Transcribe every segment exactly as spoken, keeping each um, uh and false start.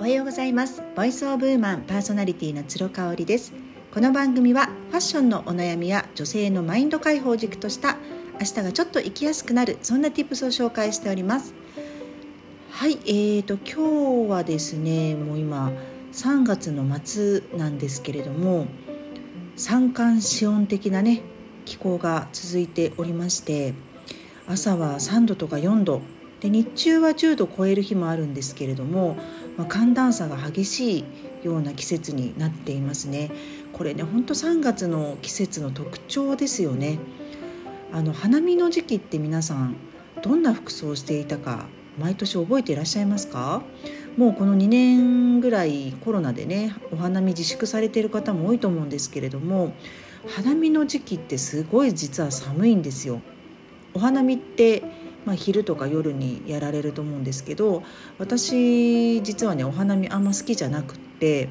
はようございます。ボイスオブウーマンパーソナリティの鶴香織です。この番組はファッションのお悩みや女性のマインド解放軸とした明日がちょっと生きやすくなる、そんな tips を紹介しております。はい、えーと今日はですね、もう今さんがつの末なんですけれども、三寒四温的なね気候が続いておりまして、朝はさんどとかよんどで、日中はじゅうど超える日もあるんですけれども、まあ、寒暖差が激しいような季節になっていますね。これね、本当さんがつの季節の特徴ですよね。あの花見の時期って皆さんどんな服装をしていたか毎年覚えていらっしゃいますか？もうこのにねんぐらいコロナでねお花見自粛されている方も多いと思うんですけれども、花見の時期ってすごい実は寒いんですよ。お花見って、まあ、昼とか夜にやられると思うんですけど、私実はねお花見あんま好きじゃなくって、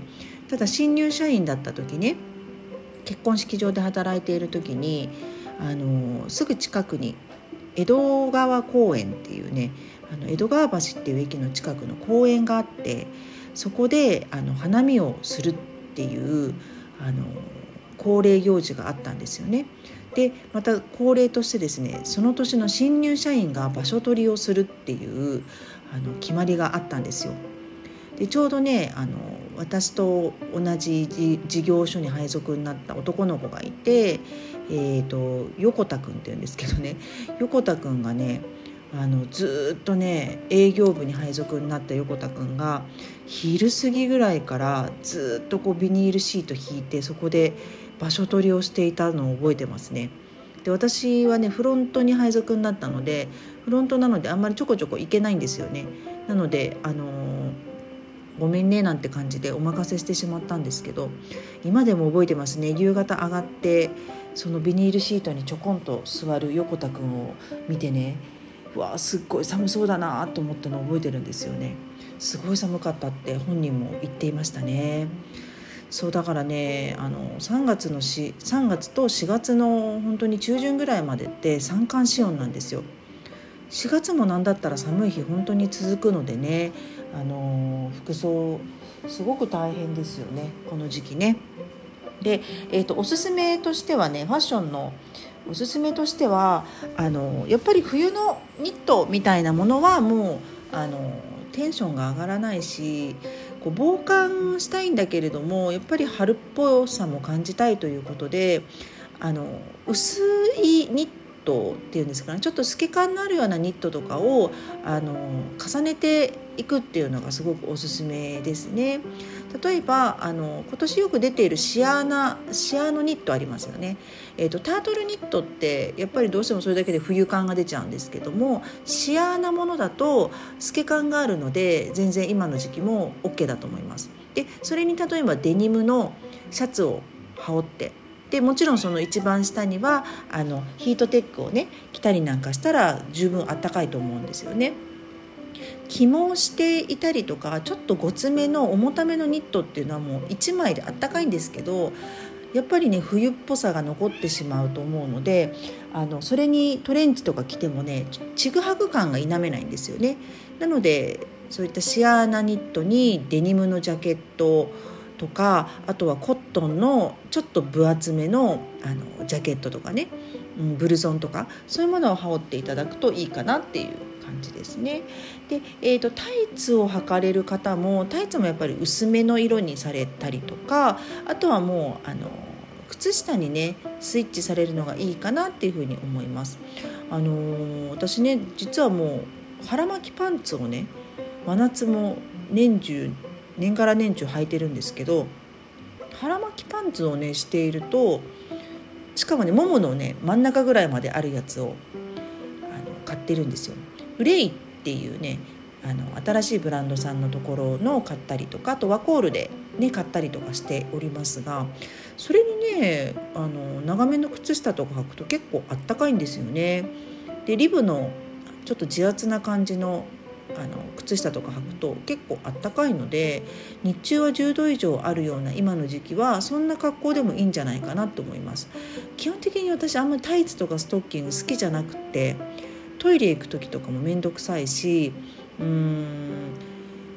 ただ新入社員だった時ね、結婚式場で働いている時にあのすぐ近くに江戸川公園っていうね、あの江戸川橋っていう駅の近くの公園があって、そこであの花見をするっていうあの恒例行事があったんですよね。でまた恒例としてですね、その年の新入社員が場所取りをするっていうあの決まりがあったんですよ。でちょうどねあの私と同じ事業所に配属になった男の子がいて、えーと、横田くんっていうんですけどね、横田くんがねあのずっとね営業部に配属になった横田くんが昼過ぎぐらいからずっとこうビニールシート引いて、そこで場所取りをしていたのを覚えてますね。で私はねフロントに配属になったので、フロントなのであんまりちょこちょこ行けないんですよね。なのであのーごめんねなんて感じでお任せしてしまったんですけど、今でも覚えてますね。夕方上がってそのビニールシートにちょこんと座る横田くんを見てね、うわすっごい寒そうだなと思ったのを覚えてるんですよね。すごい寒かったって本人も言っていましたね。そうだからね、あのさんがつのしさんがつとしがつの本当に中旬ぐらいまでって三寒四温なんですよ。しがつもなんだったら寒い日本当に続くのでね、あの服装すごく大変ですよね、この時期ね。で、えーと、おすすめとしてはね、ファッションのおすすめとしてはあのやっぱり冬のニットみたいなものはもうあのテンションが上がらないし、こう防寒したいんだけれどもやっぱり春っぽさも感じたいということで、あの薄いニットっていうんですかね、ちょっと透け感のあるようなニットとかをあの重ねていくっていうのがすごくおすすめですね。例えばあの今年よく出ているシアーナシアーのニットありますよね。えーと、タートルニットってやっぱりどうしてもそれだけで冬感が出ちゃうんですけども、シアーなものだと透け感があるので全然今の時期も OK だと思います。でそれに例えばデニムのシャツを羽織って、でもちろんその一番下にはあのヒートテックをね着たりなんかしたら十分あったかいと思うんですよね。起毛していたりとかちょっとごつめの重ためのニットっていうのはもういちまいであったかいんですけど、やっぱりね冬っぽさが残ってしまうと思うので、あのそれにトレンチとか着てもねちぐはぐ感が否めないんですよね。なのでそういったシアーなニットにデニムのジャケットとか、あとはコットンのちょっと分厚めの、あのジャケットとかね、うん、ブルゾンとかそういうものを羽織っていただくといいかなっていう感じですね。で、えーと、タイツを履かれる方もタイツもやっぱり薄めの色にされたりとか、あとはもうあの靴下にねスイッチされるのがいいかなっていうふうに思います。あのー、私ね実はもう腹巻きパンツをね真夏も年中年がら年中履いてるんですけど、腹巻きパンツをねしていると、しかもねもものね真ん中ぐらいまであるやつをあの買ってるんですよ。フレイっていうねあの新しいブランドさんのところの買ったりとか、あとワコールでね買ったりとかしておりますが、それにねあの長めの靴下とか履くと結構あったかいんですよね。でリブのちょっと自圧な感じのあの靴下とか履くと結構あったかいので、日中はじゅうど以上あるような今の時期はそんな格好でもいいんじゃないかなと思います。基本的に私あんまりタイツとかストッキング好きじゃなくて、トイレ行く時とかもめんどくさいし、うーん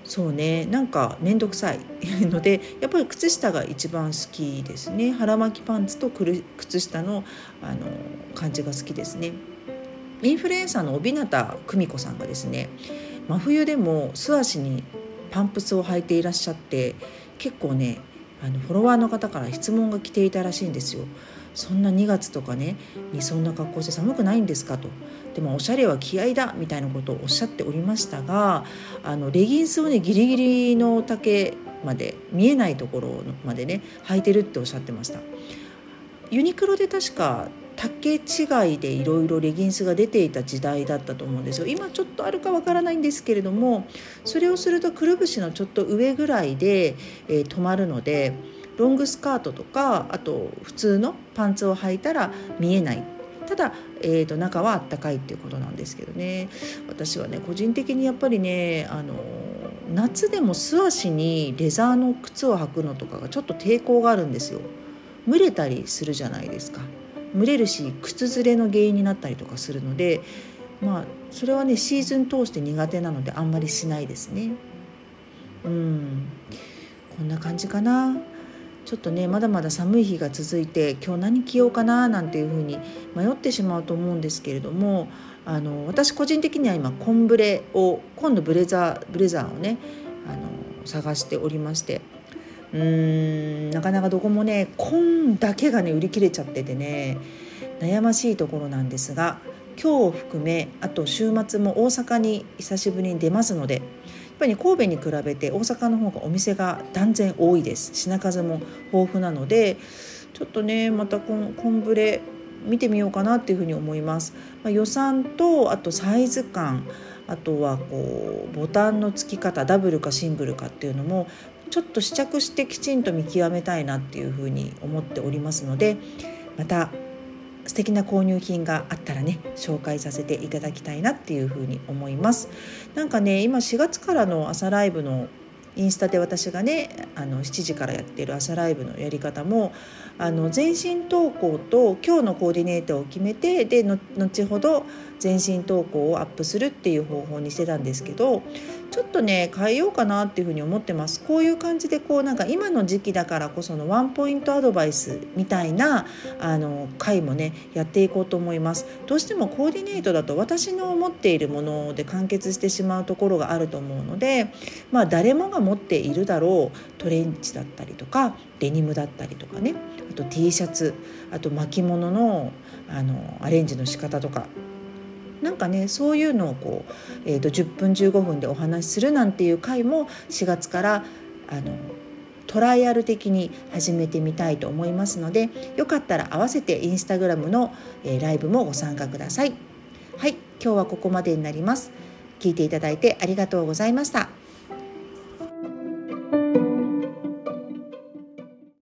そうね、なんかめんどくさいのでやっぱり靴下が一番好きですね。腹巻きパンツと靴下の、あの感じが好きですね。インフルエンサーの帯名久美子さんがですね、真冬でも素足にパンプスを履いていらっしゃって、結構ねあのフォロワーの方から質問が来ていたらしいんですよ。そんなにがつとかねにそんな格好して寒くないんですかと。でもおしゃれは気合だみたいなことをおっしゃっておりましたが、あのレギンスをねギリギリの丈まで見えないところまでね履いてるっておっしゃってました。ユニクロで確か丈違いでいろいろレギンスが出ていた時代だったと思うんですよ。今ちょっとあるかわからないんですけれども、それをするとくるぶしのちょっと上ぐらいで、えー、止まるので、ロングスカートとかあと普通のパンツを履いたら見えない。ただ、えー、と中はあったかいっていうことなんですけどね。私はね個人的にやっぱりね、あの夏でも素足にレザーの靴を履くのとかがちょっと抵抗があるんですよ。蒸れたりするじゃないですか。蒸れるし靴ずれの原因になったりとかするので、まあそれはねシーズン通して苦手なのであんまりしないですね。うんこんな感じかな。ちょっとねまだまだ寒い日が続いて、今日何着ようかななんていう風に迷ってしまうと思うんですけれども、あの私個人的には今紺ブレを今度ブレザーブレザーをねあの探しておりまして、うーんなかなかどこもね紺だけがね売り切れちゃっててね悩ましいところなんですが、今日を含めあと週末も大阪に久しぶりに出ますので、やっぱり、ね、神戸に比べて大阪の方がお店が断然多いです。品数も豊富なので、ちょっとねまたコン、コンブレ見てみようかなっていうふうに思います。まあ、予算とあとサイズ感、あとはこうボタンの付き方ダブルかシングルかっていうのもちょっと試着してきちんと見極めたいなっていうふうに思っておりますので、また素敵な購入品があったらね紹介させていただきたいなっていうふうに思います。なんかね今しがつからの朝ライブのインスタで私がねあのしちじからやっている朝ライブのやり方も、あの全身投稿と今日のコーディネートを決めて、での後ほど全身投稿をアップするっていう方法にしてたんですけど、ちょっとね変えようかなっていうふうに思ってます。こういう感じでこうなんか今の時期だからこそのワンポイントアドバイスみたいなあの回もねやっていこうと思います。どうしてもコーディネートだと私の持っているもので完結してしまうところがあると思うので、まあ誰もが持っているだろうトレンチだったりとかデニムだったりとかね、あと T シャツ、あと巻物のあのアレンジの仕方とか、なんかねそういうのをこう、えー、とじゅっぷんじゅうごふんでお話しするなんていう回もしがつからあのトライアル的に始めてみたいと思いますので、よかったら合わせてインスタグラムの、えー、ライブもご参加ください。はい、今日はここまでになります。聞いていただいてありがとうございました。